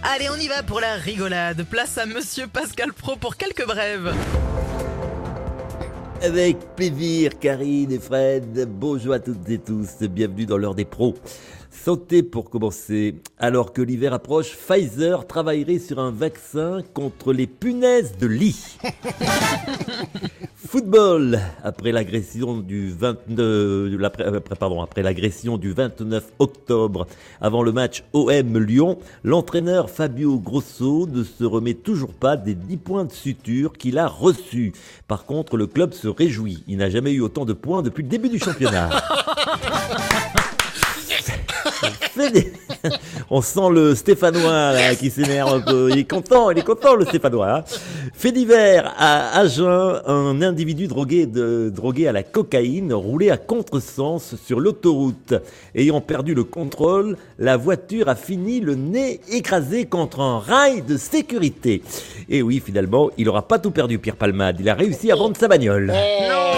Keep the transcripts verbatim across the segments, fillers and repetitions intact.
Allez, on y va pour la rigolade. Place à Monsieur Pascal Praud pour quelques brèves. Avec plaisir, Karine et Fred. Bonjour à toutes et tous. Bienvenue dans l'heure des pros. Santé pour commencer. Alors que l'hiver approche, Pfizer travaillerait sur un vaccin contre les punaises de lit. Football. Après l'agression du vingt-neuf, après, pardon, après l'agression du vingt-neuf octobre, avant le match O M Lyon, l'entraîneur Fabio Grosso ne se remet toujours pas des dix points de suture qu'il a reçus. Par contre, le club se réjouit. Il n'a jamais eu autant de points depuis le début du championnat. On sent le Stéphanois là, qui s'énerve un peu. Il est content, il est content le Stéphanois. Hein. Fait divers à Agen, un individu drogué, de, drogué à la cocaïne roulait à contresens sur l'autoroute. Ayant perdu le contrôle, la voiture a fini le nez écrasé contre un rail de sécurité. Et oui, finalement, il n'aura pas tout perdu, Pierre Palmade. Il a réussi à vendre sa bagnole. Non.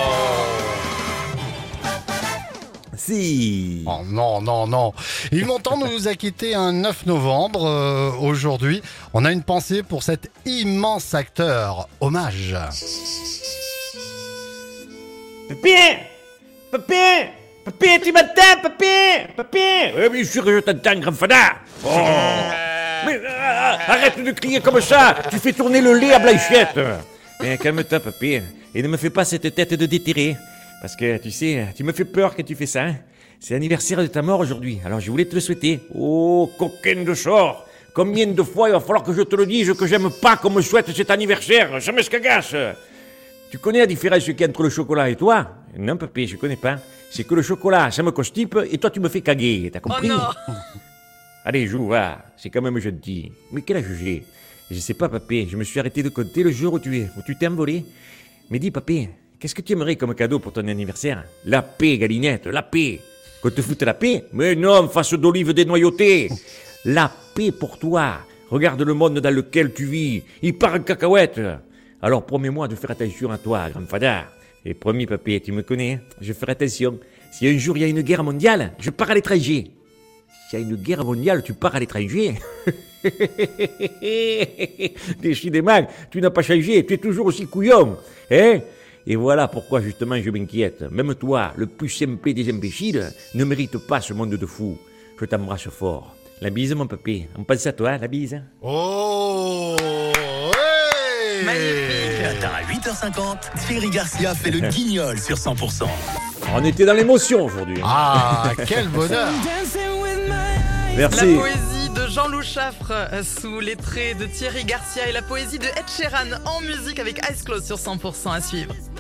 Si. Oh non, non, non. Il m'entend de nous acquitter un neuf novembre. Euh, aujourd'hui, on a une pensée pour cet immense acteur. Hommage. Papy! Papy! Papy, tu m'entends, papy? Papy! Oui, bien sûr que je t'entends, grand fada. Oh. Mais euh, arrête de crier comme ça. Tu fais tourner le lait à Blanchette. Mais calme-toi, papy. Et ne me fais pas cette tête de déterré. Parce que, tu sais, tu me fais peur quand tu fais ça. Hein. C'est l'anniversaire de ta mort aujourd'hui. Alors, je voulais te le souhaiter. Oh, coquin de sort. Combien de fois il va falloir que je te le dise que j'aime pas qu'on me souhaite cet anniversaire. Ça m'escagasse. Tu connais la différence qu'il y a entre le chocolat et toi? Non, papy, je connais pas. C'est que le chocolat, ça me constipe et toi, tu me fais caguer. T'as compris? Oh non. Allez, joue, va. C'est quand même gentil. Mais quel âge j'ai? Je sais pas, papy. Je me suis arrêté de compter le jour où tu es, où tu t'es envolé. Mais dis, papy, qu'est-ce que tu aimerais comme cadeau pour ton anniversaire? La paix, Galinette, la paix. Qu'on te foute la paix? Mais non, face d'olive dénoyautée. La paix pour toi. Regarde le monde dans lequel tu vis. Il part en cacahuète. Alors promets-moi de faire attention à toi, grand fada. Et promis, papy, tu me connais, je ferai attention. Si un jour il y a une guerre mondiale, je pars à l'étranger. S'il y a une guerre mondiale, tu pars à l'étranger. Décidément, tu n'as pas changé, tu es toujours aussi couillon. Hein? Et voilà pourquoi justement je m'inquiète. Même toi, le plus simple des imbéciles, ne mérite pas ce monde de fous. Je t'embrasse fort. La bise, mon papy. On pense à toi, la bise. Oh, hey. Magnifique. Matin à huit heures cinquante, Thierry Garcia fait le guignol sur cent pour cent. On était dans l'émotion aujourd'hui. Ah, quel bonheur. Merci. La poésie de Jean-Loup Chaffre euh, sous les traits de Thierry Garcia et la poésie de Ed Sheeran en musique avec Eyes Closed sur cent pour cent à suivre.